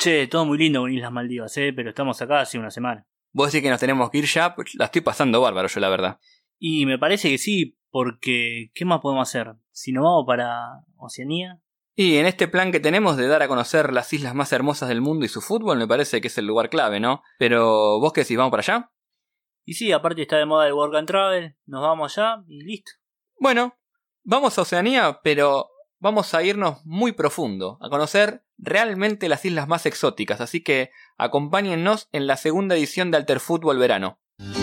Che, todo muy lindo con Islas Maldivas, pero estamos acá hace una semana. Vos decís que nos tenemos que ir ya, pues la estoy pasando bárbaro yo, la verdad. Y me parece que sí, porque ¿qué más podemos hacer? Si nos vamos para Oceanía. Y en este plan que tenemos de dar a conocer las islas más hermosas del mundo y su fútbol, me parece que es el lugar clave, ¿no? Pero, ¿vos qué decís? ¿Vamos para allá? Y sí, aparte está de moda el Work and Travel, nos vamos allá y listo. Bueno, vamos a Oceanía, pero vamos a irnos muy profundo, a conocer realmente las islas más exóticas, así que acompáñennos en la segunda edición de Alter Fútbol Verano.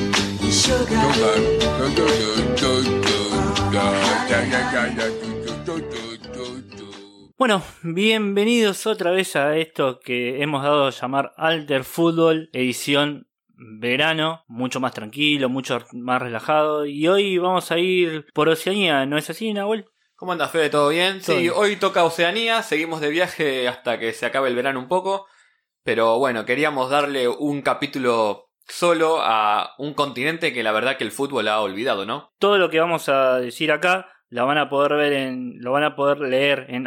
Bueno, bienvenidos otra vez a esto que hemos dado a llamar Alter Fútbol edición verano, mucho más tranquilo, mucho más relajado, y hoy vamos a ir por Oceanía, ¿no es así, Nahuel? ¿Cómo andas, Fede? ¿Todo bien? Todo Sí, bien. hoy toca Oceanía, seguimos de viaje hasta que se acabe el verano un poco, pero bueno, queríamos darle un capítulo solo a un continente que la verdad que el fútbol ha olvidado, ¿no? Todo lo que vamos a decir acá lo van a poder ver lo van a poder leer en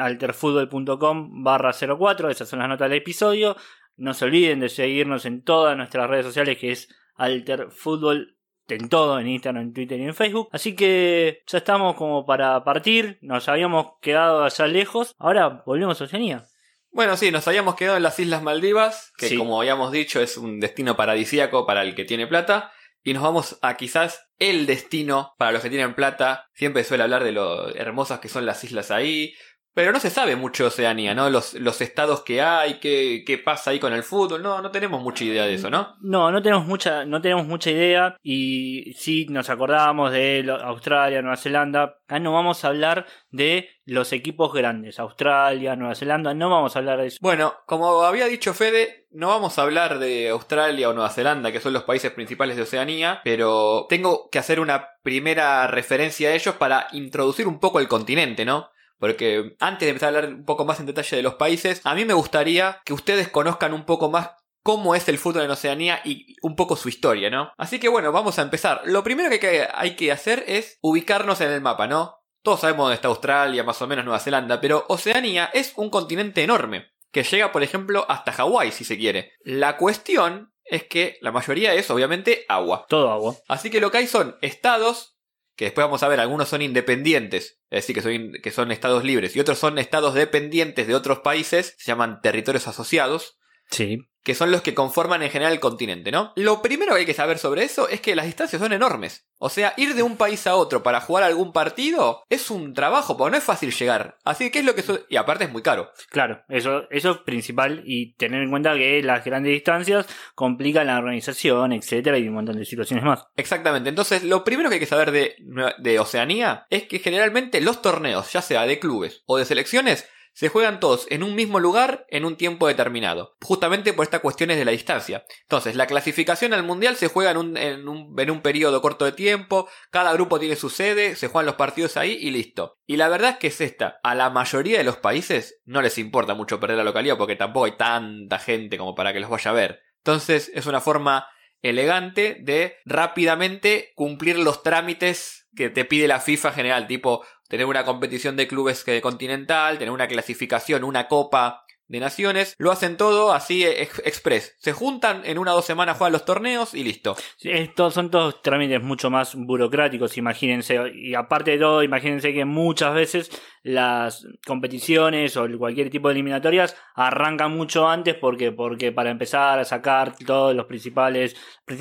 alterfutbol.com/04, esas son las notas del episodio. No se olviden de seguirnos en todas nuestras redes sociales, que es Alterfutbol en todo, en Instagram, en Twitter y en Facebook. Así que ya estamos como para partir, nos habíamos quedado allá lejos, ahora volvemos a Oceanía. Bueno, sí, nos habíamos quedado en las Islas Maldivas, que Sí. como habíamos dicho es un destino paradisíaco para el que tiene plata. Y nos vamos a quizás el destino para los que tienen plata. Siempre suele hablar de lo hermosas que son las islas ahí. Pero no se sabe mucho de Oceanía, ¿no? Los estados que hay, qué pasa ahí con el fútbol. No tenemos mucha idea de eso, ¿no? No tenemos mucha idea. Y sí nos acordábamos de Australia, Nueva Zelanda. Acá no vamos a hablar de los equipos grandes. Australia, Nueva Zelanda, no vamos a hablar de eso. Bueno, como había dicho Fede, no vamos a hablar de Australia o Nueva Zelanda, que son los países principales de Oceanía, pero tengo que hacer una primera referencia a ellos para introducir un poco el continente, ¿no? Porque antes de empezar a hablar un poco más en detalle de los países, a mí me gustaría que ustedes conozcan un poco más cómo es el fútbol en Oceanía y un poco su historia, ¿no? Así que bueno, vamos a empezar. Lo primero que hay que hacer es ubicarnos en el mapa, ¿no? Todos sabemos dónde está Australia, más o menos Nueva Zelanda, pero Oceanía es un continente enorme, que llega, por ejemplo, hasta Hawái, si se quiere. La cuestión es que la mayoría es, obviamente, agua. Todo agua. Así que lo que hay son estados, que después vamos a ver, algunos son independientes, es decir, que son estados libres, y otros son estados dependientes de otros países, se llaman territorios asociados, Sí. que son los que conforman en general el continente, ¿no? Lo primero que hay que saber sobre eso es que las distancias son enormes. O sea, ir de un país a otro para jugar algún partido es un trabajo, porque no es fácil llegar. Así que, ¿qué es lo que y aparte es muy caro. Claro, eso es principal, y tener en cuenta que las grandes distancias complican la organización, etcétera, y un montón de situaciones más. Exactamente, entonces lo primero que hay que saber de Oceanía es que generalmente los torneos, ya sea de clubes o de selecciones, se juegan todos en un mismo lugar en un tiempo determinado, justamente por estas cuestiones de la distancia. Entonces, la clasificación al mundial se juega en un periodo corto de tiempo, cada grupo tiene su sede, se juegan los partidos ahí y listo. Y la verdad es que es esta, a la mayoría de los países no les importa mucho perder la localidad porque tampoco hay tanta gente como para que los vaya a ver. Entonces, es una forma elegante de rápidamente cumplir los trámites que te pide la FIFA en general, tipo tener una competición de clubes continental, tener una clasificación, una copa de naciones. Lo hacen todo así express. Se juntan en 1 o 2 semanas, juegan los torneos y listo. Sí, son todos trámites mucho más burocráticos, imagínense. Y aparte de todo, imagínense que muchas veces las competiciones o cualquier tipo de eliminatorias arrancan mucho antes porque para empezar a sacar todos los principales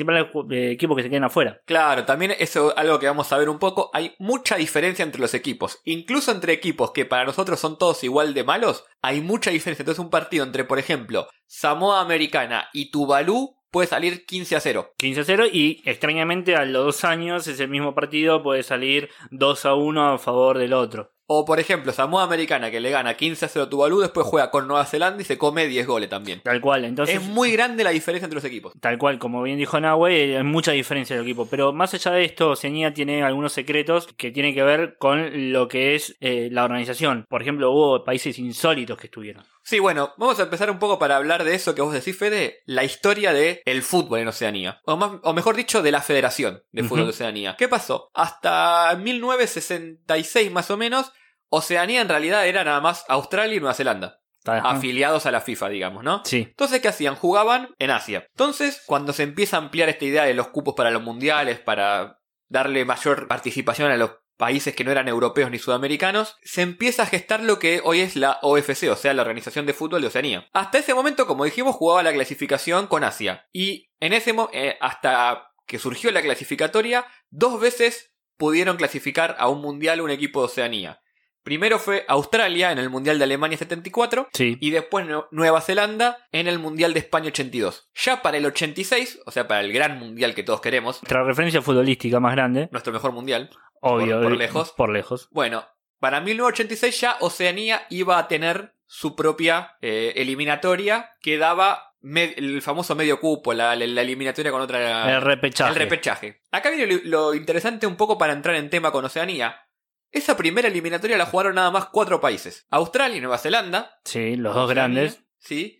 equipos que se queden afuera. Claro, también eso es algo que vamos a ver un poco. Hay mucha diferencia entre los equipos. Incluso entre equipos que para nosotros son todos igual de malos, hay mucha diferencia. Entonces un partido entre, por ejemplo, Samoa Americana y Tuvalu puede salir 15-0. 15-0, y extrañamente a los 2 años ese mismo partido puede salir 2-1 a favor del otro. O por ejemplo, Samoa Americana que le gana 15-0 a Tuvalu, después juega con Nueva Zelanda y se come 10 goles también. Tal cual, entonces Es muy grande la diferencia entre los equipos. tal cual, como bien dijo Nahue, hay mucha diferencia del equipo. Pero más allá de esto, Oceanía tiene algunos secretos que tienen que ver con lo que es la organización. Por ejemplo, hubo países insólitos que estuvieron. Sí, bueno, vamos a empezar un poco para hablar de eso que vos decís, Fede, la historia del fútbol en Oceanía. O mejor dicho, de la Federación de Fútbol de Oceanía. ¿Qué pasó? Hasta 1966 más o menos, Oceanía en realidad era nada más Australia y Nueva Zelanda. afiliados a la FIFA, digamos, ¿no? Sí. Entonces, ¿qué hacían? Jugaban en Asia. Entonces, cuando se empieza a ampliar esta idea de los cupos para los mundiales, para darle mayor participación a los países que no eran europeos ni sudamericanos, se empieza a gestar lo que hoy es la OFC, o sea, la Organización de Fútbol de Oceanía. Hasta ese momento, como dijimos, jugaba la clasificación con Asia. Y en ese hasta que surgió la clasificatoria, 2 veces pudieron clasificar a un mundial un equipo de Oceanía. Primero fue Australia en el Mundial de Alemania 74 Sí. y después Nueva Zelanda en el Mundial de España 82. Ya para el 86, o sea, para el gran mundial que todos queremos, Nuestra referencia futbolística más grande. nuestro mejor mundial, Obvio. por lejos. Por lejos. Bueno, para 1986 ya Oceanía iba a tener su propia eliminatoria que daba el famoso medio cupo, la eliminatoria con otra... El repechaje. El repechaje. Acá viene lo interesante un poco para entrar en tema con Oceanía. Esa primera eliminatoria la jugaron nada más 4 países. Australia y Nueva Zelanda. Sí, los dos Oceanía, grandes. Sí.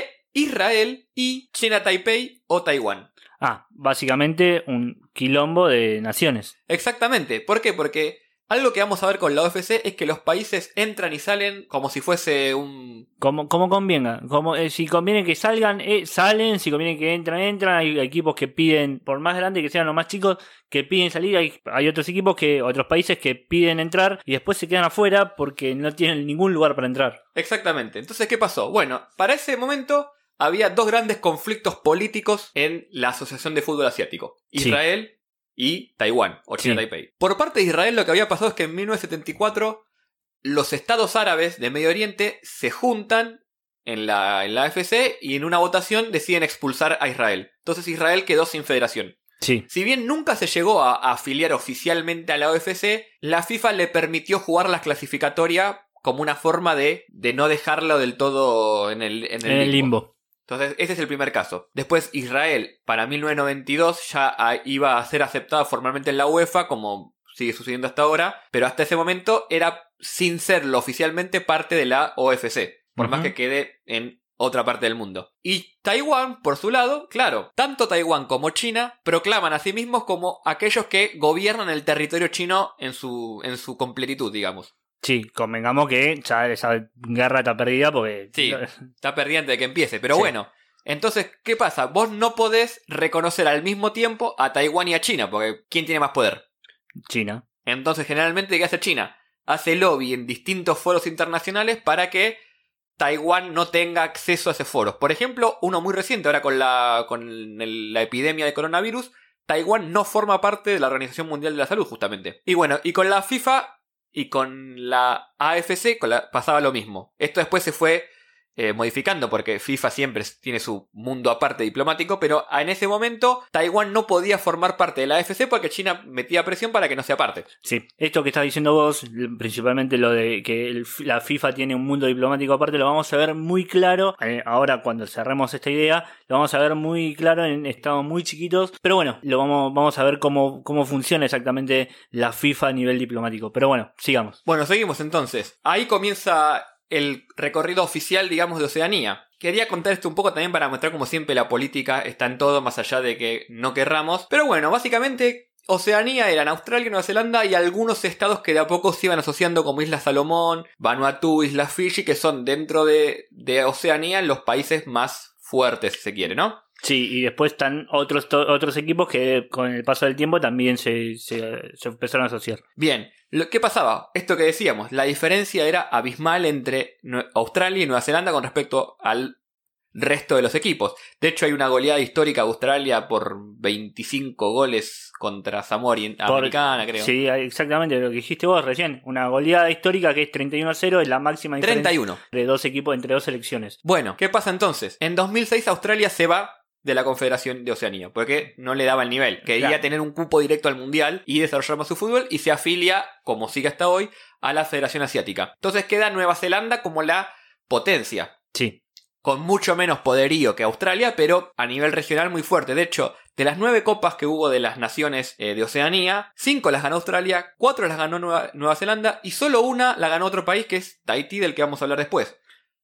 Israel y China Taipei o Taiwán. Básicamente un quilombo de naciones. Exactamente. ¿Por qué? Porque algo que vamos a ver con la OFC es que los países entran y salen como si fuese un... Como convenga. Si conviene que salgan, salen. Si conviene que entran. Hay equipos que piden, por más grande que sean los más chicos, que piden salir. Hay otros equipos otros países que piden entrar y después se quedan afuera porque no tienen ningún lugar para entrar. Exactamente. Entonces, ¿qué pasó? Bueno, para ese momento había 2 grandes conflictos políticos en la Asociación de Fútbol Asiático. Israel y Taiwán, o China Taipei. Por parte de Israel lo que había pasado es que en 1974 los estados árabes de Medio Oriente se juntan en la AFC y en una votación deciden expulsar a Israel. Entonces Israel quedó sin federación. Sí. Si bien nunca se llegó a afiliar oficialmente a la OFC, la FIFA le permitió jugar las clasificatorias como una forma de no dejarlo del todo en el limbo. Entonces, ese es el primer caso. Después, Israel, para 1992, ya iba a ser aceptado formalmente en la UEFA, como sigue sucediendo hasta ahora, pero hasta ese momento era, sin serlo oficialmente, parte de la OFC, por más que quede en otra parte del mundo. Y Taiwán, por su lado, claro, tanto Taiwán como China proclaman a sí mismos como aquellos que gobiernan el territorio chino en su completitud, digamos. Sí, convengamos que ya esa guerra está perdida porque... Sí, está perdida antes de que empiece. Pero bueno, entonces, ¿qué pasa? Vos no podés reconocer al mismo tiempo a Taiwán y a China, porque ¿quién tiene más poder? China. Entonces, generalmente, ¿qué hace China? Hace lobby en distintos foros internacionales para que Taiwán no tenga acceso a esos foros. Por ejemplo, uno muy reciente, ahora con la epidemia de coronavirus, Taiwán no forma parte de la Organización Mundial de la Salud, justamente. Y bueno, y con la FIFA... Y con la AFC pasaba lo mismo. Esto después se fue modificando porque FIFA siempre tiene su mundo aparte diplomático, pero en ese momento Taiwán no podía formar parte de la AFC porque China metía presión para que no sea parte. Sí, esto que estás diciendo vos, principalmente lo de que la FIFA tiene un mundo diplomático aparte, lo vamos a ver muy claro, ahora cuando cerremos esta idea, lo vamos a ver muy claro en estados muy chiquitos, pero bueno, vamos a ver cómo funciona exactamente la FIFA a nivel diplomático, pero bueno, sigamos. Bueno, seguimos entonces. Ahí comienza el recorrido oficial, digamos, de Oceanía. Quería contar esto un poco también para mostrar como siempre la política está en todo, más allá de que no querramos. Pero bueno, básicamente Oceanía eran Australia, Nueva Zelanda y algunos estados que de a poco se iban asociando como Islas Salomón, Vanuatu, Islas Fiji, que son dentro de Oceanía los países más fuertes, si se quiere, ¿no? Sí, y después están otros equipos que con el paso del tiempo también se empezaron a asociar. Bien, ¿qué pasaba? Esto que decíamos, la diferencia era abismal entre Australia y Nueva Zelanda con respecto al resto de los equipos. De hecho, hay una goleada histórica de Australia por 25 goles contra Samoa Americana, creo. Sí, exactamente lo que dijiste vos recién. Una goleada histórica que es 31-0, es la máxima diferencia 31 de 2 equipos entre 2 selecciones. Bueno, ¿qué pasa entonces? En 2006 Australia se va de la Confederación de Oceanía, porque no le daba el nivel. Quería tener un cupo directo al Mundial y desarrollar más su fútbol y se afilia, como sigue hasta hoy, a la Federación Asiática. Entonces queda Nueva Zelanda como la potencia. Sí. Con mucho menos poderío que Australia, pero a nivel regional muy fuerte. De hecho, de las 9 copas que hubo de las naciones de Oceanía, 5 las ganó Australia, 4 las ganó Nueva Zelanda y solo una la ganó otro país que es Tahití, del que vamos a hablar después.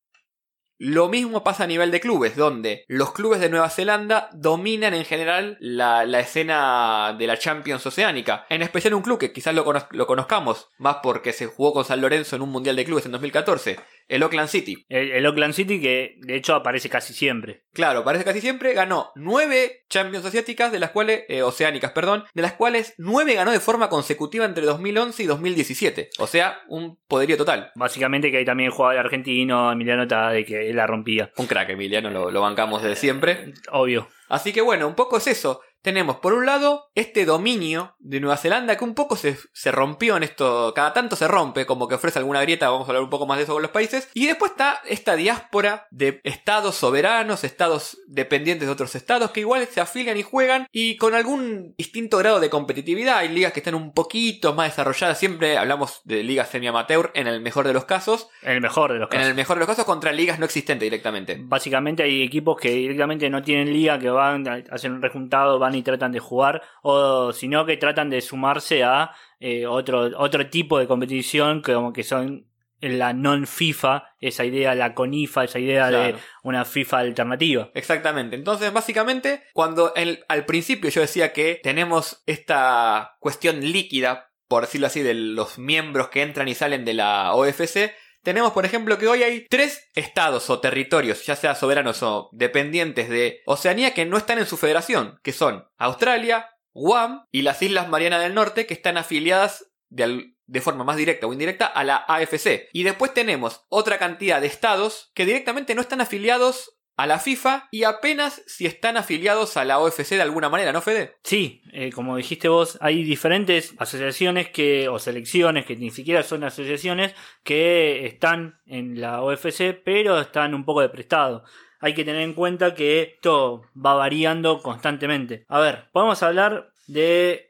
Lo mismo pasa a nivel de clubes, donde los clubes de Nueva Zelanda dominan en general la escena de la Champions Oceánica. En especial un club que quizás lo conozcamos, más porque se jugó con San Lorenzo en un Mundial de Clubes en 2014, el Auckland City. El Auckland City, que de hecho aparece casi siempre. Claro, parece casi siempre, ganó 9 Champions asiáticas, oceánicas, de las cuales 9 ganó de forma consecutiva entre 2011 y 2017. O sea, un poderío total. Básicamente que ahí también jugaba el argentino Emiliano Tade, que él la rompía. Un crack, Emiliano, lo bancamos desde siempre. Obvio. Así que bueno, un poco es eso. Tenemos por un lado este dominio de Nueva Zelanda que un poco se rompió en esto, cada tanto se rompe, como que ofrece alguna grieta, vamos a hablar un poco más de eso con los países. Y después está esta diáspora de estados soberanos, estados dependientes de otros estados que igual se afilian y juegan y con algún distinto grado de competitividad. Hay ligas que están un poquito más desarrolladas, siempre hablamos de ligas semi-amateur en el mejor de los casos. En el mejor de los casos. En el mejor de los casos contra ligas no existentes directamente. Básicamente hay equipos que directamente no tienen liga, que van, hacen un rejuntado, van y tratan de jugar, o sino que tratan de sumarse a otro tipo de competición, como que son la non-FIFA, esa idea, la CONIFA, esa idea Claro. de una FIFA alternativa. Exactamente. Entonces, básicamente, cuando al principio yo decía que tenemos esta cuestión líquida, por decirlo así, de los miembros que entran y salen de la OFC, tenemos, por ejemplo, que hoy hay 3 estados o territorios, ya sea soberanos o dependientes de Oceanía, que no están en su federación, que son Australia, Guam y las Islas Marianas del Norte, que están afiliadas de forma más directa o indirecta a la AFC. Y después tenemos otra cantidad de estados que directamente no están afiliados a la FIFA y apenas si están afiliados a la OFC de alguna manera, ¿no, Fede? Sí, como dijiste vos, hay diferentes asociaciones o selecciones que ni siquiera son asociaciones que están en la OFC, pero están un poco de prestado. Hay que tener en cuenta que esto va variando constantemente. A ver, podemos hablar de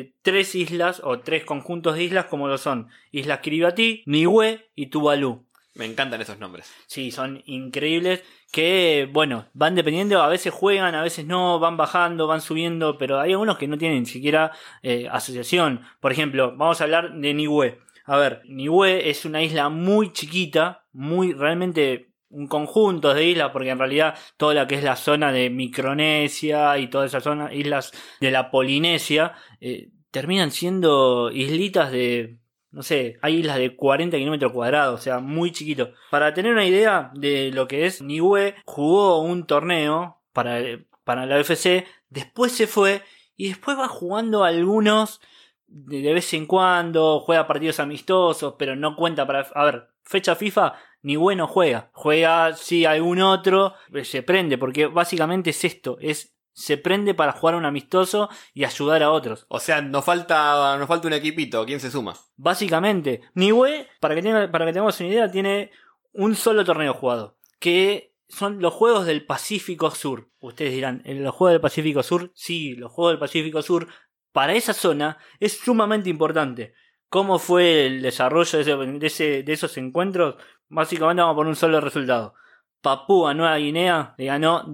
3 islas o 3 conjuntos de islas como lo son Islas Kiribati, Niue y Tuvalu. Me encantan esos nombres. Sí, son increíbles. Que, bueno, van dependiendo, a veces juegan, a veces no, van bajando, van subiendo, pero hay algunos que no tienen ni siquiera asociación. Por ejemplo, vamos a hablar de Niue. A ver, Niue es una isla muy chiquita, muy realmente un conjunto de islas, porque en realidad toda la que es la zona de Micronesia y toda esa zona, islas de la Polinesia, terminan siendo islitas de... No sé, hay islas de 40 kilómetros cuadrados, o sea, muy chiquito. Para tener una idea de lo que es, Niue jugó un torneo para la UFC, después se fue y después va jugando algunos de vez en cuando, juega partidos amistosos, pero no cuenta para... A ver, fecha FIFA, Niue no juega. Juega, sí, algún otro, se prende, porque básicamente es esto, se prende para jugar un amistoso y ayudar a otros. O sea, nos falta un equipito. ¿Quién se suma? Básicamente, Niue, para que tengamos una idea, tiene un solo torneo jugado, que son los Juegos del Pacífico Sur. Ustedes dirán, ¿en los Juegos del Pacífico Sur? Sí, los Juegos del Pacífico Sur, para esa zona, es sumamente importante. ¿Cómo fue el desarrollo de esos encuentros? Básicamente vamos a poner un solo resultado. Papúa Nueva Guinea le ganó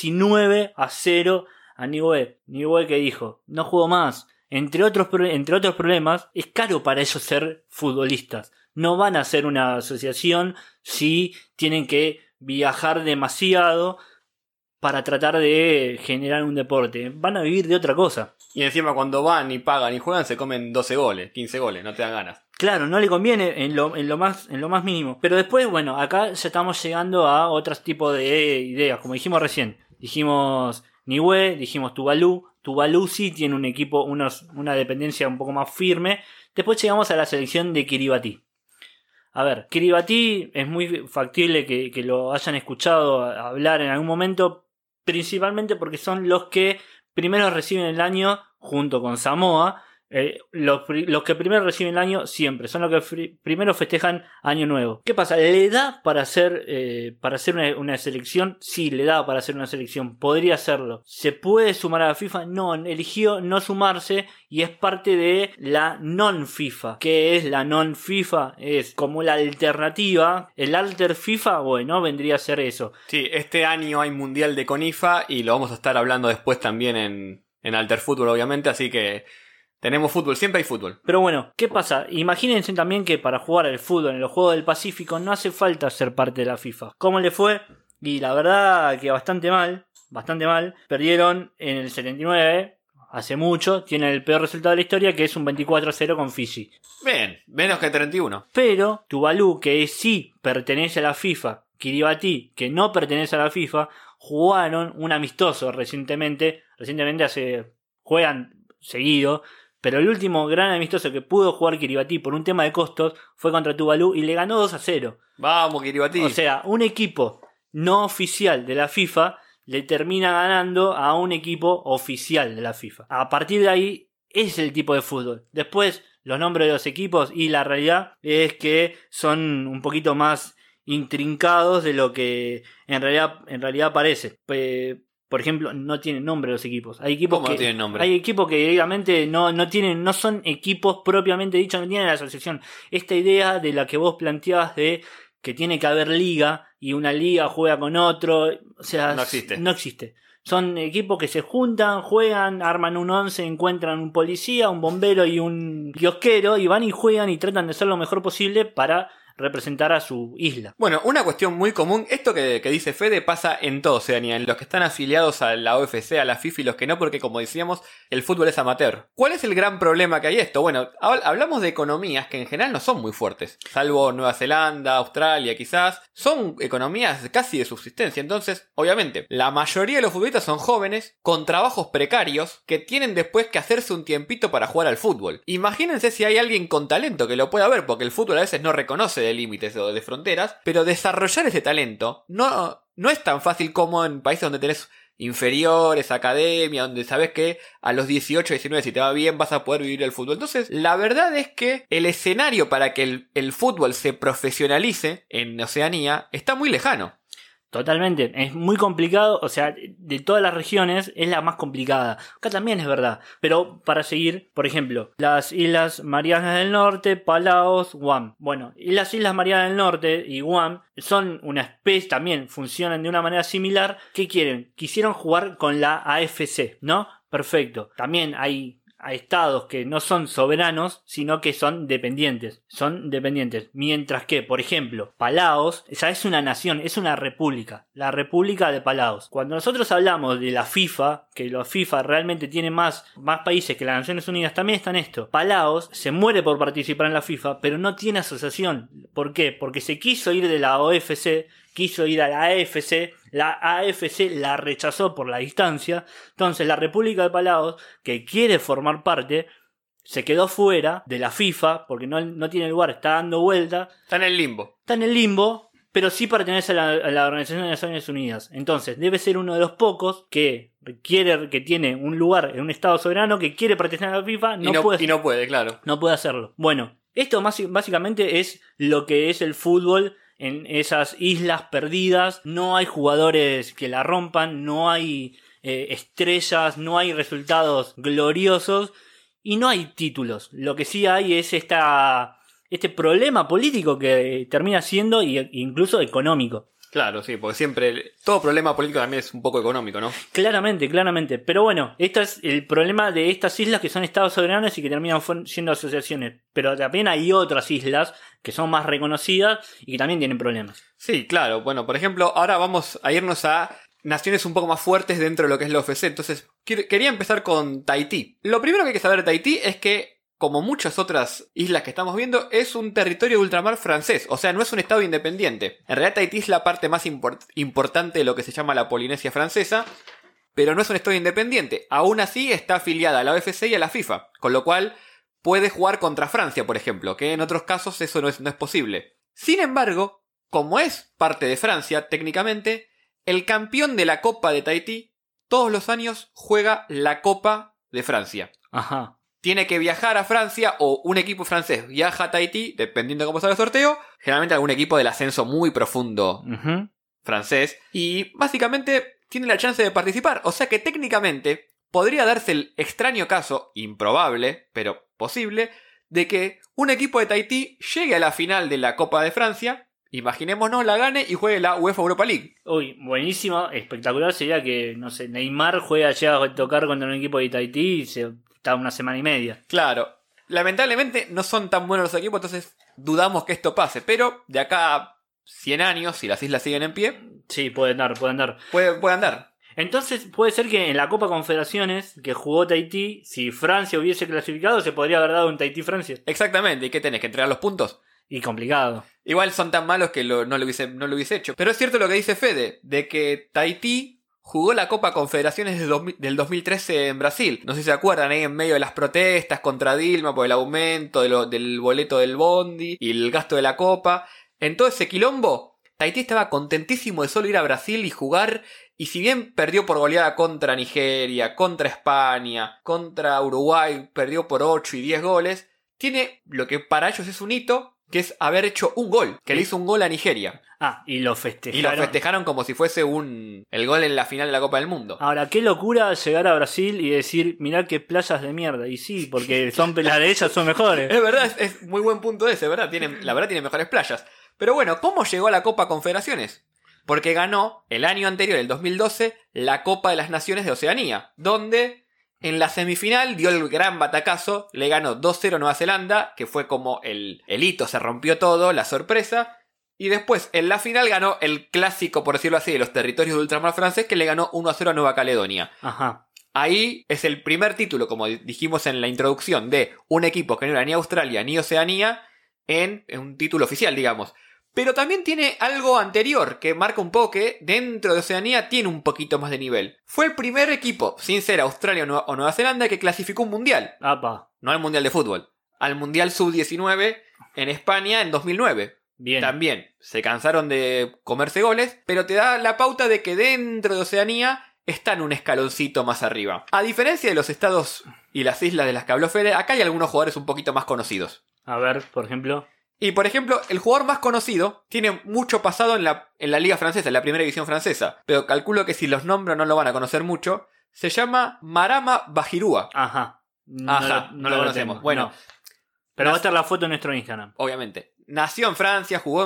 19-0 a Niue. Niue que dijo, no juego más. Entre otros problemas, es caro para ellos ser futbolistas. No van a ser una asociación si tienen que viajar demasiado para tratar de generar un deporte. Van a vivir de otra cosa. Y encima cuando van y pagan y juegan se comen 12 goles, 15 goles, no te dan ganas. Claro, no le conviene en lo más mínimo. Pero después, bueno, acá ya estamos llegando a otros tipos de ideas. Como dijimos recién, dijimos Niue, dijimos Tuvalu. Tuvalu sí tiene un equipo, una dependencia un poco más firme. Después llegamos a la selección de Kiribati. A ver, Kiribati es muy factible que lo hayan escuchado hablar en algún momento, principalmente porque son los que primero reciben el año junto con Samoa. Los que primero reciben el año siempre son los que primero festejan Año Nuevo. ¿Qué pasa? ¿Le da para hacer una selección? Sí, le da para hacer una selección. Podría hacerlo. ¿Se puede sumar a la FIFA? No, eligió no sumarse y es parte de la non-FIFA. ¿Qué es la non-FIFA? Es como la alternativa. El alter FIFA, bueno, vendría a ser eso. Sí, este año hay Mundial de CONIFA y lo vamos a estar hablando después también en Alter Fútbol, obviamente, así que... Tenemos fútbol, siempre hay fútbol. Pero bueno, ¿qué pasa? Imagínense también que para jugar al fútbol en los Juegos del Pacífico no hace falta ser parte de la FIFA. ¿Cómo le fue? Y la verdad que bastante mal. Perdieron en el 79 hace mucho, tiene el peor resultado de la historia, que es un 24-0 con Fiji. Bien, menos que 31. Pero Tuvalu, que sí pertenece a la FIFA, Kiribati, que no pertenece a la FIFA, jugaron un amistoso recientemente juegan seguido, pero el último gran amistoso que pudo jugar Kiribati por un tema de costos fue contra Tuvalu y le ganó 2-0. Vamos, Kiribati. O sea, un equipo no oficial de la FIFA le termina ganando a un equipo oficial de la FIFA. A partir de ahí es el tipo de fútbol. Después, los nombres de los equipos y la realidad es que son un poquito más intrincados de lo que en realidad parece. Por ejemplo, no tienen nombre los equipos. Hay equipos ¿Cómo no tienen nombre? Hay equipos que directamente no son equipos propiamente dichos, no tienen la asociación. Esta idea de la que vos planteabas de que tiene que haber liga y una liga juega con otro, o sea, no existe. Son equipos que se juntan, juegan, arman un 11, encuentran un policía, un bombero y un kiosquero y van y juegan y tratan de hacer lo mejor posible para representar a su isla. Bueno, una cuestión muy común, esto que dice Fede pasa en todo Oceanía, en los que están afiliados a la OFC, a la FIFA y los que no, porque como decíamos, el fútbol es amateur. ¿Cuál es el gran problema que hay esto? Bueno, hablamos de economías que en general no son muy fuertes, salvo Nueva Zelanda, Australia quizás, son economías casi de subsistencia, entonces, obviamente, la mayoría de los futbolistas son jóvenes, con trabajos precarios, que tienen después que hacerse un tiempito para jugar al fútbol. Imagínense si hay alguien con talento que lo pueda ver, porque el fútbol a veces no reconoce de límites o de fronteras, pero desarrollar ese talento no es tan fácil como en países donde tenés inferiores, academia, donde sabes que a los 18, 19 si te va bien vas a poder vivir el fútbol. Entonces, la verdad es que el escenario para que el fútbol se profesionalice en Oceanía está muy lejano. Totalmente, es muy complicado, o sea, de todas las regiones es la más complicada. Acá también es verdad, pero para seguir, por ejemplo, las Islas Marianas del Norte, Palaos, Guam. Bueno, y las Islas Marianas del Norte y Guam son una especie, también funcionan de una manera similar. ¿Qué quieren? Quisieron jugar con la AFC, ¿no? Perfecto. También hay estados que no son soberanos, sino que son dependientes. Mientras que, por ejemplo, Palaos, esa es una nación, es una república. La República de Palaos. Cuando nosotros hablamos de la FIFA, que la FIFA realmente tiene más países que las Naciones Unidas, también está en esto. Palaos se muere por participar en la FIFA, pero no tiene asociación. ¿Por qué? Porque se quiso ir de la OFC, quiso ir a la AFC, la AFC la rechazó por la distancia, entonces la República de Palaos, que quiere formar parte, se quedó fuera de la FIFA, porque no tiene lugar, está dando vuelta. Está en el limbo, pero sí pertenece a la Organización de Naciones Unidas. Entonces debe ser uno de los pocos que tiene un lugar en un estado soberano, que quiere pertenecer a la FIFA, no puede, claro. No puede hacerlo. Bueno, esto básicamente es lo que es el fútbol en esas islas perdidas. No hay jugadores que la rompan, no hay estrellas, no hay resultados gloriosos y no hay títulos. Lo que sí hay es este problema político que termina siendo incluso económico. Claro, sí, porque siempre todo problema político también es un poco económico, ¿no? Claramente. Pero bueno, este es el problema de estas islas que son estados soberanos y que terminan siendo asociaciones. Pero también hay otras islas que son más reconocidas y que también tienen problemas. Sí, claro. Bueno, por ejemplo, ahora vamos a irnos a naciones un poco más fuertes dentro de lo que es la OFC. Entonces, quería empezar con Tahití. Lo primero que hay que saber de Tahití es que, como muchas otras islas que estamos viendo, es un territorio de ultramar francés, o sea, no es un estado independiente. En realidad Tahití es la parte más importante de lo que se llama la Polinesia francesa, pero no es un estado independiente. Aún así está afiliada a la OFC y a la FIFA, con lo cual puede jugar contra Francia, por ejemplo, que en otros casos eso no es posible. Sin embargo, como es parte de Francia, técnicamente, el campeón de la Copa de Tahití todos los años juega la Copa de Francia. Ajá. Tiene que viajar a Francia o un equipo francés viaja a Tahití, dependiendo de cómo salga el sorteo. Generalmente algún equipo del ascenso muy profundo francés. Y básicamente tiene la chance de participar. O sea que técnicamente podría darse el extraño caso, improbable, pero posible, de que un equipo de Tahití llegue a la final de la Copa de Francia, imaginémonos, la gane y juegue la UEFA Europa League. Uy, buenísimo, espectacular sería que, no sé, Neymar llega a tocar contra un equipo de Tahití y se está una semana y media. Claro. Lamentablemente no son tan buenos los equipos, entonces dudamos que esto pase. Pero de acá a 100 años, si las islas siguen en pie... Sí, pueden dar. Puede andar. Entonces puede ser que en la Copa Confederaciones que jugó Tahití, si Francia hubiese clasificado, se podría haber dado un Tahití-Francia. Exactamente, ¿y qué tenés? ¿Que entregar los puntos? Y complicado. Igual son tan malos que no lo hubiese hecho. Pero es cierto lo que dice Fede, de que Tahití jugó la Copa Confederaciones del 2013 en Brasil. No sé si se acuerdan, ahí en medio de las protestas contra Dilma por el aumento del boleto del bondi y el gasto de la Copa. En todo ese quilombo, Tahití estaba contentísimo de solo ir a Brasil y jugar. Y si bien perdió por goleada contra Nigeria, contra España, contra Uruguay, perdió por 8 y 10 goles, tiene lo que para ellos es un hito, que es haber hecho un gol, que le hizo un gol a Nigeria. Y lo festejaron. Y lo festejaron como si fuese el gol en la final de la Copa del Mundo. Ahora, qué locura llegar a Brasil y decir, mirá qué playas de mierda. Y sí, porque las de ellas son mejores. Es verdad, es muy buen punto ese, ¿verdad? La verdad tiene mejores playas. Pero bueno, ¿cómo llegó a la Copa Confederaciones? Porque ganó el año anterior, el 2012, la Copa de las Naciones de Oceanía, donde en la semifinal dio el gran batacazo, le ganó 2-0 a Nueva Zelanda, que fue como el hito, se rompió todo, la sorpresa. Y después, en la final ganó el clásico, por decirlo así, de los territorios de ultramar francés, que le ganó 1-0 a Nueva Caledonia. Ajá. Ahí es el primer título, como dijimos en la introducción, de un equipo que no era ni Australia ni Oceanía en un título oficial, digamos. Pero también tiene algo anterior que marca un poco que dentro de Oceanía tiene un poquito más de nivel. Fue el primer equipo, sin ser Australia o Nueva Zelanda, que clasificó un mundial. Apa. No al mundial de fútbol, al mundial sub-19 en España en 2009. Bien. También se cansaron de comerse goles, pero te da la pauta de que dentro de Oceanía están un escaloncito más arriba. A diferencia de los estados y las islas de las que habló Fede, acá hay algunos jugadores un poquito más conocidos. A ver, por ejemplo. Y por ejemplo, el jugador más conocido tiene mucho pasado en la liga francesa, en la primera división francesa. Pero calculo que si los nombro no lo van a conocer mucho. Se llama Marama Bajirúa. Ajá. No lo conocemos. Bueno. No. Pero va a estar la foto en nuestro Instagram. Obviamente. Nació en Francia, jugó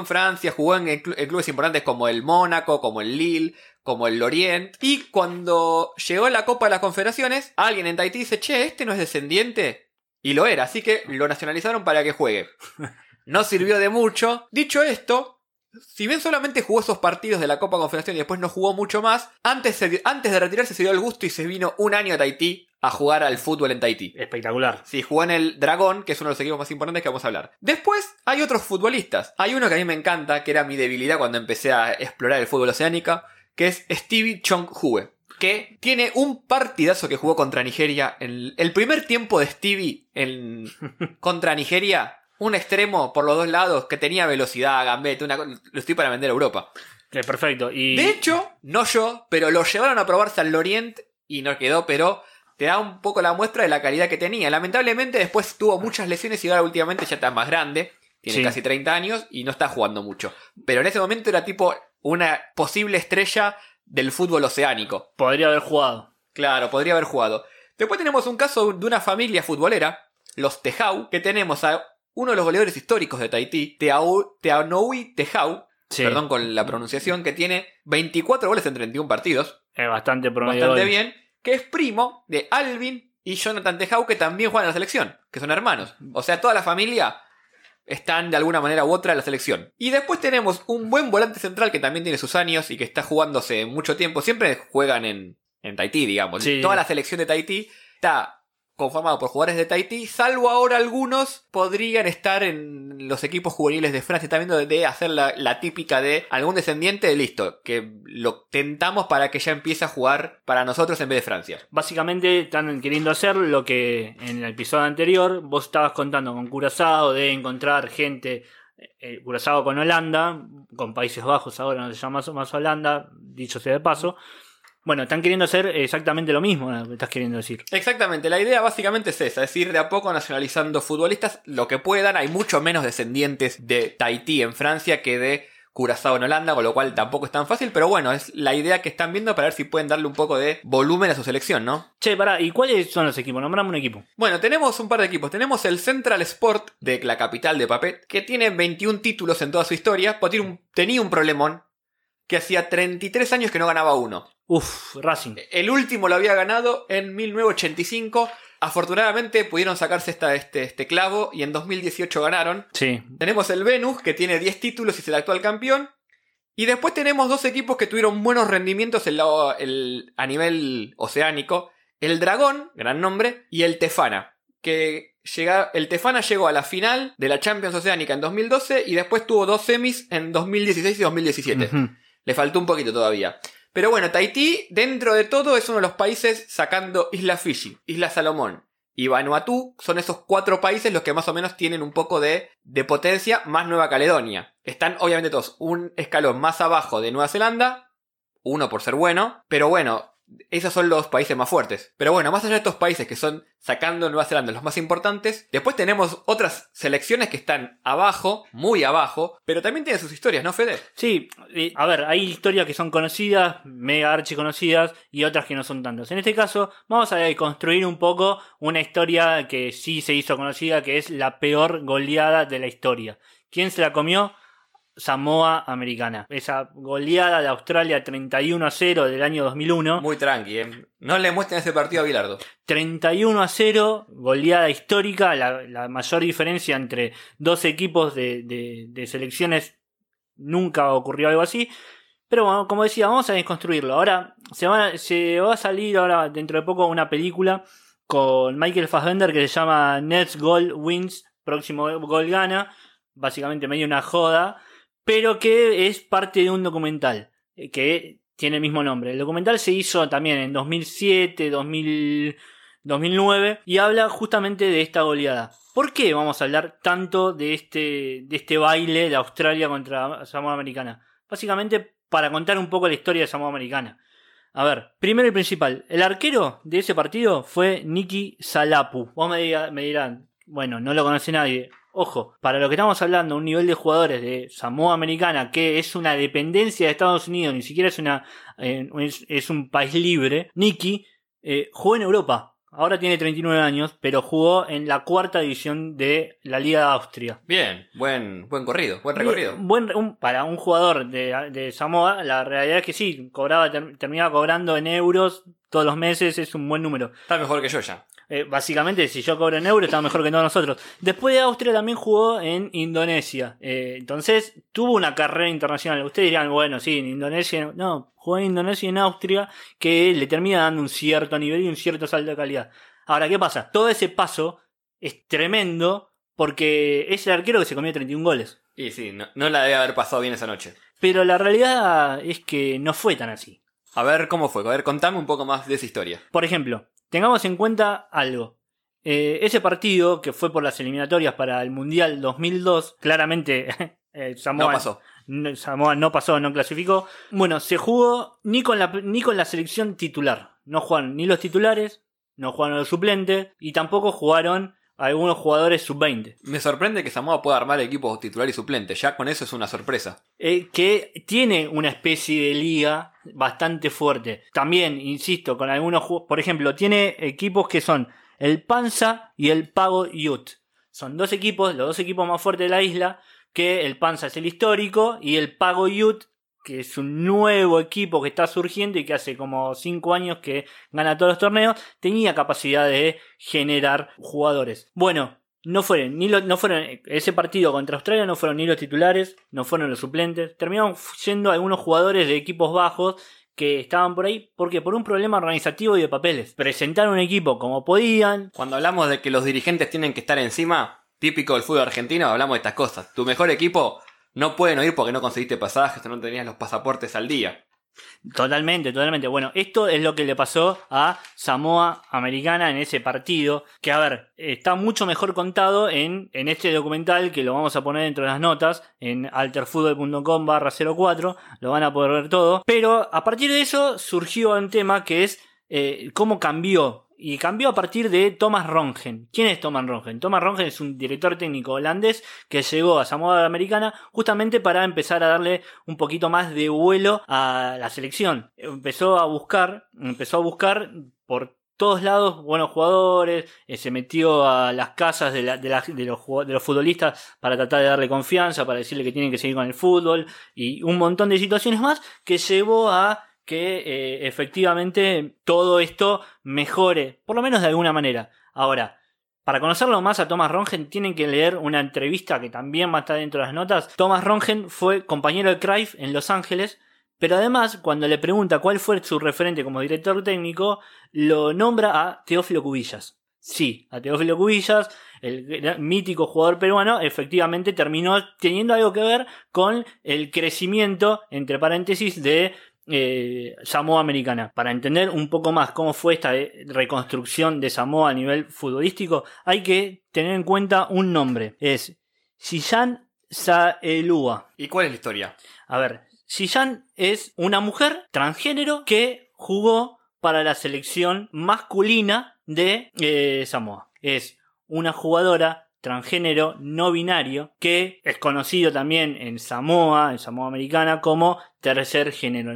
en clubes importantes como el Mónaco, como el Lille, como el Lorient. Y cuando llegó la Copa de las Confederaciones, alguien en Tahití dice, che, ¿este no es descendiente? Y lo era, así que lo nacionalizaron para que juegue. No sirvió de mucho. Dicho esto, si bien solamente jugó esos partidos de la Copa Confederación y después no jugó mucho más, antes de retirarse se dio el gusto y se vino un año a Tahití a jugar al fútbol en Tahití. Espectacular. Sí, jugó en el Dragón, que es uno de los equipos más importantes que vamos a hablar. Después hay otros futbolistas. Hay uno que a mí me encanta, que era mi debilidad cuando empecé a explorar el fútbol oceánico, que es Stevie Chong-hue, que tiene un partidazo que jugó contra Nigeria. El primer tiempo de Stevie contra Nigeria, un extremo por los dos lados que tenía velocidad, gambete, lo estoy para vender a Europa. Perfecto. Y de hecho, no yo, pero lo llevaron a probarse al Lorient y no quedó, pero te da un poco la muestra de la calidad que tenía. Lamentablemente después tuvo muchas lesiones y ahora últimamente ya está más grande. Tiene casi 30 años y no está jugando mucho. Pero en ese momento era tipo una posible estrella del fútbol oceánico. Podría haber jugado. Claro, podría haber jugado. Después tenemos un caso de una familia futbolera, los Tejau, que tenemos a uno de los goleadores históricos de Tahití, Teanoui Tejau, perdón con la pronunciación, que tiene 24 goles en 31 partidos. Es bastante promedio. Bastante bien. Que es primo de Alvin y Jonathan Tejau, que también juegan en la selección, que son hermanos. O sea, toda la familia están de alguna manera u otra en la selección. Y después tenemos un buen volante central que también tiene sus años y que está jugándose mucho tiempo. Siempre juegan en Tahití, digamos. Sí. Toda la selección de Tahití está conformado por jugadores de Tahití, salvo ahora algunos podrían estar en los equipos juveniles de Francia. Está viendo de hacer la típica de algún descendiente de listo, que lo tentamos para que ya empiece a jugar para nosotros en vez de Francia. Básicamente están queriendo hacer lo que en el episodio anterior vos estabas contando con Curazao, de encontrar gente, Curazao con Holanda, con Países Bajos ahora no se llama más Holanda, dicho sea de paso. Bueno, están queriendo hacer exactamente lo mismo, ¿no? Estás queriendo decir. Exactamente, la idea básicamente es esa, es ir de a poco nacionalizando futbolistas lo que puedan. Hay mucho menos descendientes de Tahití en Francia que de Curazao en Holanda, con lo cual tampoco es tan fácil, pero bueno, es la idea que están viendo para ver si pueden darle un poco de volumen a su selección, ¿no? Che, pará, ¿y cuáles son los equipos? Nombrame un equipo. Bueno, tenemos un par de equipos. Tenemos el Central Sport de la capital de Papet, que tiene 21 títulos en toda su historia, pero tenía un problemón, que hacía 33 años que no ganaba uno. Racing. El último lo había ganado en 1985. Afortunadamente pudieron sacarse este clavo y en 2018 ganaron. Sí. Tenemos el Venus, que tiene 10 títulos y es el actual campeón. Y después tenemos dos equipos que tuvieron buenos rendimientos a nivel oceánico. El Dragón, gran nombre, y el Tefana. El Tefana llegó a la final de la Champions Oceánica en 2012 y después tuvo 2 semis en 2016 y 2017. Uh-huh. Le faltó un poquito todavía. Pero bueno, Tahití, dentro de todo, es uno de los países sacando Isla Fiji, Isla Salomón y Vanuatu. Son esos 4 países los que más o menos tienen un poco de potencia, más Nueva Caledonia. Están obviamente todos un escalón más abajo de Nueva Zelanda, uno por ser bueno, pero bueno, esos son los países más fuertes. Pero bueno, más allá de estos países que son, sacando Nueva Zelanda, los más importantes, después tenemos otras selecciones que están abajo, muy abajo, pero también tienen sus historias, ¿no, Fede? Sí, a ver, hay historias que son conocidas, mega archiconocidas, y otras que no son tantas. En este caso, vamos a construir un poco una historia que sí se hizo conocida, que es la peor goleada de la historia. ¿Quién se la comió? Samoa Americana. Esa goleada de Australia 31-0 del año 2001. Muy tranqui, No le muestren ese partido a Bilardo. 31-0, goleada histórica, la mayor diferencia entre dos equipos de selecciones. Nunca ocurrió algo así. Pero bueno, como decía, vamos a desconstruirlo. Ahora se va a salir ahora dentro de poco una película con Michael Fassbender que se llama Next Goal Wins, próximo gol gana. Básicamente medio una joda, pero que es parte de un documental que tiene el mismo nombre. El documental se hizo también en 2007, 2009 y habla justamente de esta goleada. ¿Por qué vamos a hablar tanto de este baile de Australia contra Samoa Americana? Básicamente para contar un poco la historia de Samoa Americana. A ver, primero y principal, el arquero de ese partido fue Niki Salapu. Vos me dirán, bueno, no lo conoce nadie. Ojo, para lo que estamos hablando, un nivel de jugadores de Samoa Americana que es una dependencia de Estados Unidos, ni siquiera es un país libre. Niki jugó en Europa, ahora tiene 39 años, pero jugó en la 4ª división de la Liga de Austria. Bien, buen corrido, buen recorrido. Para un jugador de Samoa, la realidad es que sí, terminaba cobrando en euros todos los meses, es un buen número. Está mejor que yo ya. Básicamente, si yo cobro en euros, está mejor que todos nosotros. Después de Austria también jugó en Indonesia. Entonces, tuvo una carrera internacional. Ustedes dirán, bueno, sí, en Indonesia. No, jugó en Indonesia y en Austria, que le termina dando un cierto nivel y un cierto salto de calidad. Ahora, ¿qué pasa? Todo ese paso es tremendo porque es el arquero que se comió 31 goles. Y sí, no la debe haber pasado bien esa noche. Pero la realidad es que no fue tan así. A ver cómo fue. A ver, contame un poco más de esa historia. Por ejemplo, tengamos en cuenta algo. Ese partido, que fue por las eliminatorias para el Mundial 2002, claramente Samoa no pasó, no clasificó. Bueno, se jugó ni con la selección titular. No jugaron ni los titulares, no jugaron los suplentes y tampoco jugaron algunos jugadores sub-20. Me sorprende que Samoa pueda armar equipos titular y suplente. Ya con eso es una sorpresa. Que tiene una especie de liga bastante fuerte. También, insisto, con algunos... Por ejemplo, tiene equipos que son el Panza y el Pago Youth. Son los dos equipos más fuertes de la isla, que el Panza es el histórico y el Pago Youth, que es un nuevo equipo que está surgiendo y que hace como 5 años que gana todos los torneos, tenía capacidad de generar jugadores. Bueno, no fueron ese partido contra Australia, no fueron ni los titulares, no fueron los suplentes, terminaron yendo algunos jugadores de equipos bajos que estaban por ahí, porque por un problema organizativo y de papeles. Presentaron un equipo como podían. Cuando hablamos de que los dirigentes tienen que estar encima, típico del fútbol argentino, hablamos de estas cosas. Tu mejor equipo no puede no ir porque no conseguiste pasajes o no tenías los pasaportes al día. Totalmente. Bueno, esto es lo que le pasó a Samoa Americana en ese partido, que a ver, está mucho mejor contado en este documental, que lo vamos a poner dentro de las notas en alterfutbol.com/04, lo van a poder ver todo, pero a partir de eso surgió un tema que es cómo cambió. Y cambió a partir de Thomas Rongen. ¿Quién es Thomas Rongen? Thomas Rongen es un director técnico holandés que llegó a Samoa Americana justamente para empezar a darle un poquito más de vuelo a la selección. Empezó a buscar por todos lados buenos jugadores, se metió a las casas de los futbolistas para tratar de darle confianza, para decirle que tienen que seguir con el fútbol y un montón de situaciones más que llevó a que efectivamente todo esto mejore, por lo menos de alguna manera. Ahora, Para conocerlo más a Thomas Rongen tienen que leer una entrevista que también va a estar dentro de las notas. Thomas Rongen fue compañero de Cruyff en Los Ángeles, pero además cuando le pregunta cuál fue su referente como director técnico, lo nombra a Teófilo Cubillas. Sí, a Teófilo Cubillas, el mítico jugador peruano, efectivamente terminó teniendo algo que ver con el crecimiento, entre paréntesis, de Samoa Americana. Para entender un poco más cómo fue esta reconstrucción de Samoa a nivel futbolístico, hay que tener en cuenta un nombre. Es Sillan Saelua. ¿Y cuál es la historia? A ver, Sillan es una mujer transgénero que jugó para la selección masculina de Samoa. Es una jugadora transgénero no binario que es conocido también en Samoa Americana, como tercer género.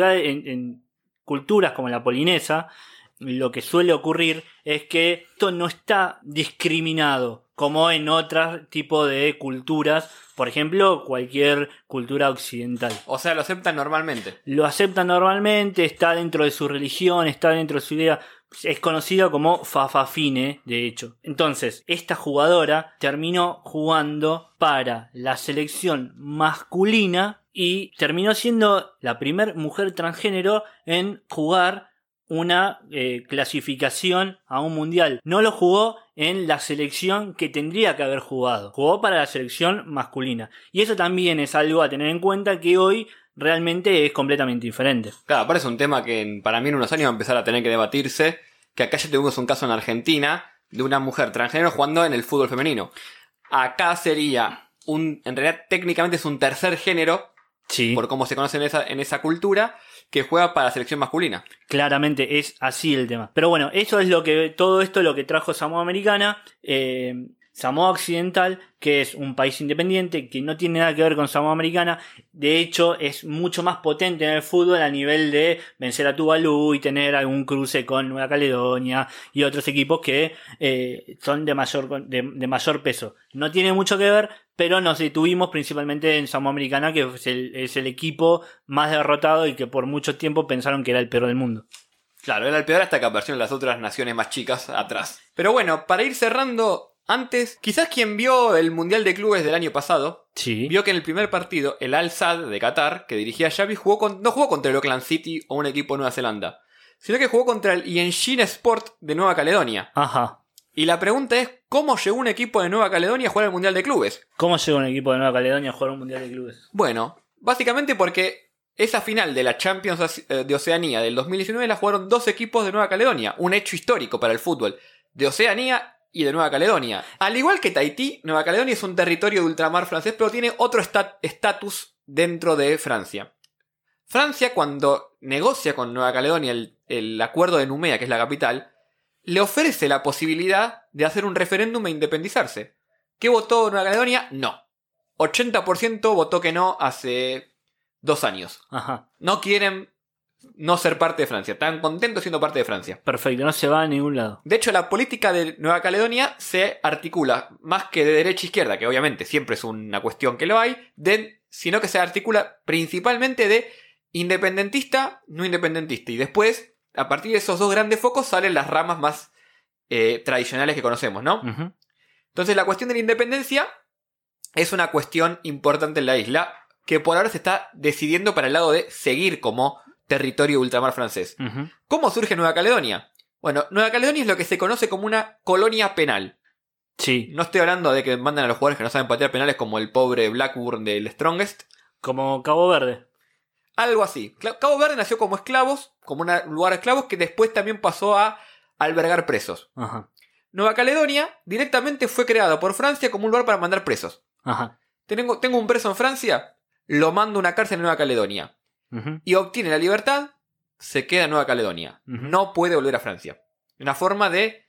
En culturas como la polinesa, lo que suele ocurrir es que esto no está discriminado como en otro tipo de culturas, por ejemplo, cualquier cultura occidental. O sea, lo aceptan normalmente. Lo aceptan normalmente, está dentro de su religión, está dentro de su idea. Es conocido como Fafafine, de hecho. Entonces, esta jugadora terminó jugando para la selección masculina y terminó siendo la primera mujer transgénero en jugar una clasificación a un mundial. No lo jugó en la selección que tendría que haber jugado. Jugó para la selección masculina. Y eso también es algo a tener en cuenta, que hoy realmente es completamente diferente. Claro, parece un tema que para mí en unos años va a empezar a tener que debatirse. Que acá ya tuvimos un caso en Argentina de una mujer transgénero jugando en el fútbol femenino. Acá sería en realidad técnicamente es un tercer género, sí, por cómo se conoce en esa cultura, que juega para la selección masculina. Claramente es así el tema. Pero bueno, eso es todo esto es lo que trajo Samoa Americana. Samoa Occidental, que es un país independiente, que no tiene nada que ver con Samoa Americana. De hecho, es mucho más potente en el fútbol a nivel de vencer a Tuvalu y tener algún cruce con Nueva Caledonia y otros equipos que son de mayor peso. No tiene mucho que ver, pero nos detuvimos principalmente en Samoa Americana, que es el equipo más derrotado y que por mucho tiempo pensaron que era el peor del mundo. Claro, era el peor hasta que aparecieron las otras naciones más chicas atrás. Pero bueno, para ir cerrando... Antes, quizás quien vio el Mundial de Clubes del año pasado, sí, vio que en el primer partido, el Al-Sadd de Qatar, que dirigía Xavi, no jugó contra el Auckland City o un equipo de Nueva Zelanda, sino que jugó contra el Yenchine Sport de Nueva Caledonia. Ajá. Y la pregunta es, ¿cómo llegó un equipo de Nueva Caledonia a jugar el Mundial de Clubes? ¿Cómo llegó un equipo de Nueva Caledonia a jugar un Mundial de Clubes? Bueno, básicamente porque esa final de la Champions de Oceanía del 2019 la jugaron 2 equipos de Nueva Caledonia, un hecho histórico para el fútbol de Oceanía y de Nueva Caledonia. Al igual que Tahití, Nueva Caledonia es un territorio de ultramar francés, pero tiene otro estatus dentro de Francia. Francia, cuando negocia con Nueva Caledonia el acuerdo de Nouméa, que es la capital, le ofrece la posibilidad de hacer un referéndum e independizarse. ¿Qué votó Nueva Caledonia? No. 80% votó que no hace 2 años. Ajá. No quieren no ser parte de Francia. Están contentos siendo parte de Francia. Perfecto, no se va a ningún lado. De hecho, la política de Nueva Caledonia se articula más que de derecha a izquierda, que obviamente siempre es una cuestión que lo hay, sino que se articula principalmente de independentista, no independentista. Y después, a partir de esos 2 grandes focos, salen las ramas más tradicionales que conocemos, ¿no? Uh-huh. Entonces, la cuestión de la independencia es una cuestión importante en la isla, que por ahora se está decidiendo para el lado de seguir como territorio ultramar francés. Uh-huh. ¿Cómo surge Nueva Caledonia? Bueno, Nueva Caledonia es lo que se conoce como una colonia penal. Sí. No estoy hablando de que mandan a los jugadores que no saben patear penales como el pobre Blackburn del Strongest. Como Cabo Verde. Algo así. Cabo Verde nació como esclavos, como un lugar de esclavos que después también pasó a albergar presos. Ajá. Nueva Caledonia directamente fue creada por Francia como un lugar para mandar presos. Ajá. Tengo un preso en Francia, lo mando a una cárcel en Nueva Caledonia. Uh-huh. Y obtiene la libertad, se queda en Nueva Caledonia. Uh-huh. No puede volver a Francia. Una forma de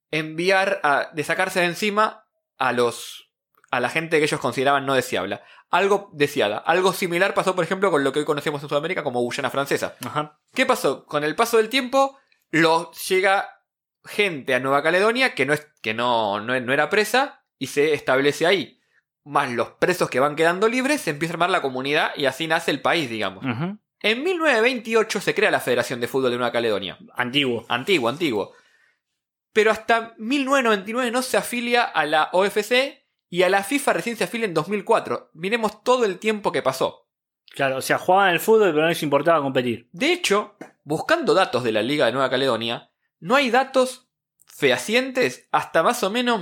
de sacarse de encima a la gente que ellos consideraban no deseable. Algo deseada. Algo similar pasó, por ejemplo, con lo que hoy conocemos en Sudamérica como Guyana Francesa. Ajá. ¿Qué pasó? Con el paso del tiempo, llega gente a Nueva Caledonia que no era presa y se establece ahí. Más los presos que van quedando libres, se empieza a armar la comunidad y así nace el país, digamos. Uh-huh. En 1928 se crea la Federación de Fútbol de Nueva Caledonia. Antiguo. Antiguo. pero hasta 1999 no se afilia a la OFC y a la FIFA recién se afilia en 2004. Miremos todo el tiempo que pasó. Claro, o sea, jugaban al fútbol pero no les importaba competir. De hecho, buscando datos de la Liga de Nueva Caledonia, no hay datos fehacientes hasta más o menos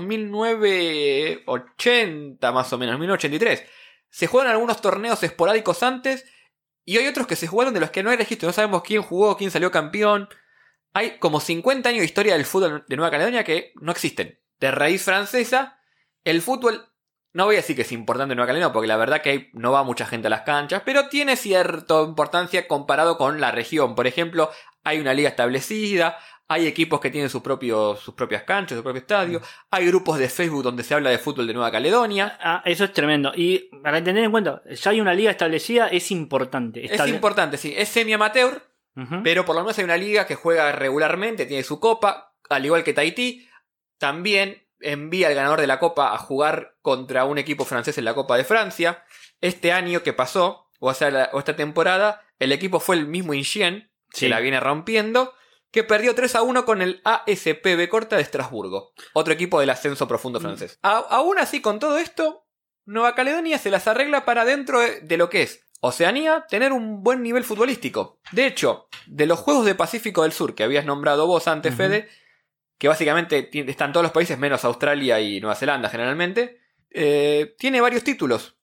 1980, más o menos, 1983. Se juegan algunos torneos esporádicos antes y hay otros que se jugaron de los que no hay registro. No sabemos quién jugó, quién salió campeón. Hay como 50 años de historia del fútbol de Nueva Caledonia que no existen. De raíz francesa, el fútbol, no voy a decir que es importante en Nueva Caledonia, porque la verdad que no va mucha gente a las canchas, pero tiene cierta importancia comparado con la región. Por ejemplo, hay una liga establecida, hay equipos que tienen sus propias canchas, su propio estadio, hay grupos de Facebook donde se habla de fútbol de Nueva Caledonia. Ah, eso es tremendo. Y para tener en cuenta, ya hay una liga establecida, es importante. Es importante, sí. Es semi-amateur, pero por lo menos hay una liga que juega regularmente, tiene su copa, al igual que Tahití. También envía al ganador de la copa a jugar contra un equipo francés en la Copa de Francia. Este año que pasó, o esta temporada, el equipo fue el mismo Inchien, que la viene rompiendo, que perdió 3-1 con el ASPB Corta de Estrasburgo, otro equipo del ascenso profundo francés. Aún así, con todo esto, Nueva Caledonia se las arregla para dentro de lo que es Oceanía tener un buen nivel futbolístico. De hecho, de los Juegos de Pacífico del Sur que habías nombrado vos antes, Fede, que básicamente están todos los países menos Australia y Nueva Zelanda generalmente, tiene varios títulos.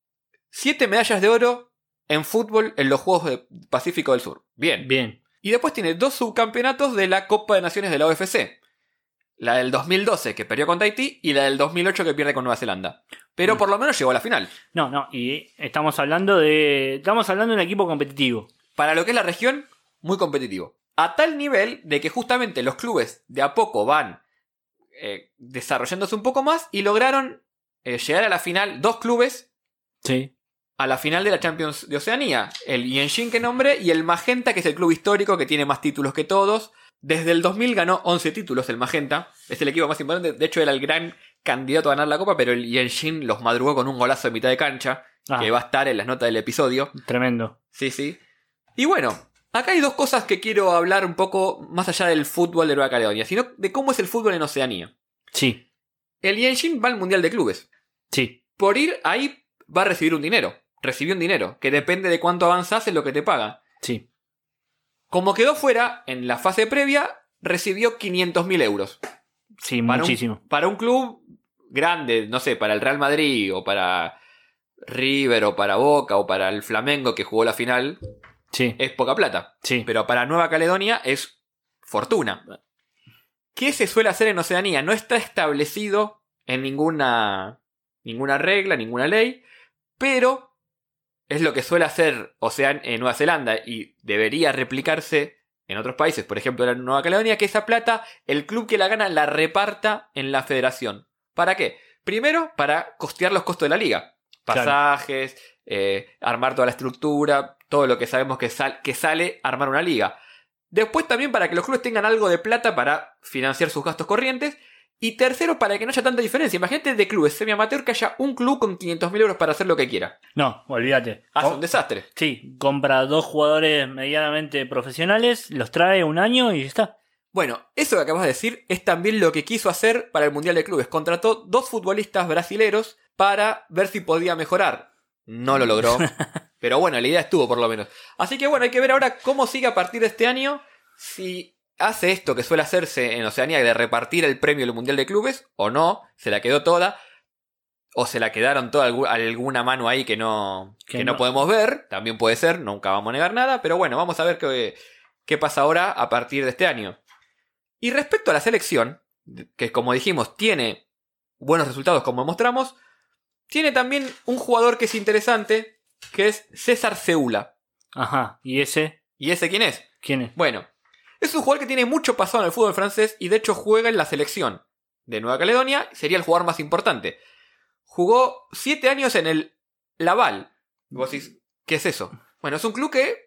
7 medallas de oro en fútbol en los Juegos de Pacífico del Sur. Bien. Y después tiene 2 subcampeonatos de la Copa de Naciones de la OFC. La del 2012 que perdió con Tahití y la del 2008 que pierde con Nueva Zelanda. Pero por lo menos llegó a la final. No, y estamos hablando de un equipo competitivo. Para lo que es la región, muy competitivo. A tal nivel de que justamente los clubes de a poco van desarrollándose un poco más y lograron llegar a la final 2 clubes. Sí. A la final de la Champions de Oceanía. El Yenjin que nombré y el Magenta, que es el club histórico que tiene más títulos que todos. Desde el 2000 ganó 11 títulos el Magenta. Es el equipo más importante. De hecho, era el gran candidato a ganar la copa, pero el Yenjin los madrugó con un golazo de mitad de cancha. Que va a estar en las notas del episodio. Tremendo. Sí. Y bueno, acá hay 2 cosas que quiero hablar un poco más allá del fútbol de Nueva Caledonia, sino de cómo es el fútbol en Oceanía. Sí. El Yenjin va al Mundial de Clubes. Sí. Por ir ahí va a recibir un dinero. Recibió un dinero, que depende de cuánto avanzas en lo que te pagan. Sí. Como quedó fuera, en la fase previa, recibió 500.000 euros. Sí, muchísimo. Para un club grande, no sé, para el Real Madrid, o para River, o para Boca, o para el Flamengo que jugó la final, sí, es poca plata. Sí. Pero para Nueva Caledonia es fortuna. ¿Qué se suele hacer en Oceanía? No está establecido en ninguna regla, ninguna ley, pero es lo que suele hacer en Nueva Zelanda y debería replicarse en otros países, por ejemplo en Nueva Caledonia, que esa plata, el club que la gana la reparta en la federación. ¿Para qué? Primero, para costear los costos de la liga. Pasajes, armar toda la estructura, todo lo que sabemos que sale armar una liga. Después también para que los clubes tengan algo de plata para financiar sus gastos corrientes. Y tercero, para que no haya tanta diferencia. Imagínate de clubes semi-amateur que haya un club con 500.000 euros para hacer lo que quiera. No, olvídate. Hace un desastre. Sí, compra 2 jugadores medianamente profesionales, los trae un año y ya está. Bueno, eso que acabas de decir es también lo que quiso hacer para el Mundial de Clubes. Contrató 2 futbolistas brasileros para ver si podía mejorar. No lo logró. Pero bueno, la idea estuvo por lo menos. Así que bueno, hay que ver ahora cómo sigue a partir de este año. Si hace esto que suele hacerse en Oceanía de repartir el premio del Mundial de Clubes, o no, se la quedó toda, o se la quedaron toda alguna mano ahí que no podemos ver, también puede ser, nunca vamos a negar nada, pero bueno, vamos a ver qué pasa ahora a partir de este año. Y respecto a la selección, que como dijimos tiene buenos resultados como mostramos, tiene también un jugador que es interesante, que es César Ceula. Ajá, ¿y ese? ¿Y ese quién es? ¿Quién es? Bueno, es un jugador que tiene mucho pasado en el fútbol francés y de hecho juega en la selección de Nueva Caledonia. Sería el jugador más importante. Jugó 7 años en el Laval. Vos decís, ¿qué es eso? Bueno, es un club que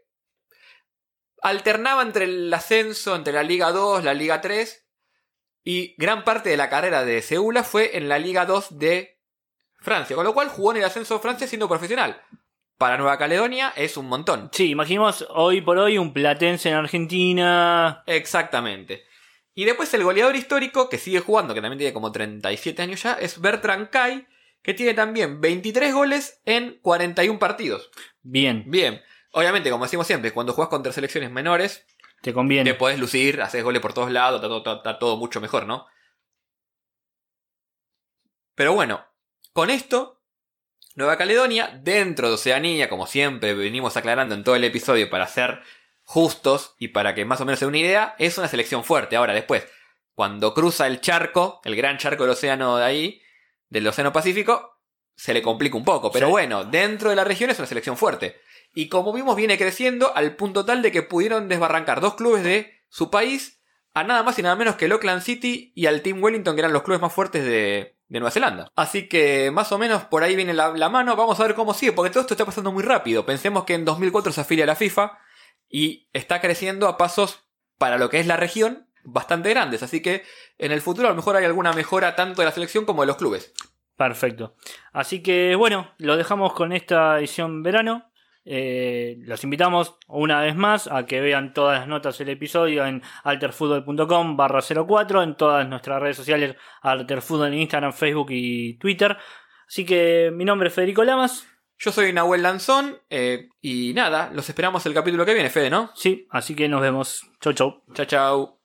alternaba entre el ascenso, entre la Liga 2, la Liga 3. Y gran parte de la carrera de Ceula fue en la Liga 2 de Francia. Con lo cual jugó en el ascenso de Francia siendo profesional. Para Nueva Caledonia es un montón. Sí, imaginemos hoy por hoy un Platense en Argentina. Exactamente. Y después el goleador histórico que sigue jugando, que también tiene como 37 años ya, es Bertrand Kay, que tiene también 23 goles en 41 partidos. Bien. Obviamente, como decimos siempre, cuando jugás contra selecciones menores, te conviene. Te podés lucir, haces goles por todos lados, está todo mucho mejor, ¿no? Pero bueno, con esto, Nueva Caledonia, dentro de Oceanía, como siempre venimos aclarando en todo el episodio para ser justos y para que más o menos se dé una idea, es una selección fuerte. Ahora, después, cuando cruza el charco, el gran charco del océano de ahí, del Océano Pacífico, se le complica un poco. Pero bueno, dentro de la región es una selección fuerte. Y como vimos, viene creciendo al punto tal de que pudieron desbarrancar 2 clubes de su país a nada más y nada menos que el Auckland City y al Team Wellington, que eran los clubes más fuertes de Nueva Zelanda. Así que más o menos por ahí viene la mano. Vamos a ver cómo sigue, porque todo esto está pasando muy rápido. Pensemos que en 2004 se afilia a la FIFA y está creciendo a pasos para lo que es la región bastante grandes. Así que en el futuro a lo mejor hay alguna mejora tanto de la selección como de los clubes. Perfecto. Así que bueno, lo dejamos con esta edición verano. Los invitamos una vez más a que vean todas las notas del episodio en alterfutbol.com/04, en todas nuestras redes sociales, alterfutbol en Instagram, Facebook y Twitter. Así que mi nombre es Federico Lamas. Yo soy Nahuel Lanzón y nada, los esperamos el capítulo que viene, Fede, ¿no? Sí, así que nos vemos. Chau, chau. Chau, chau.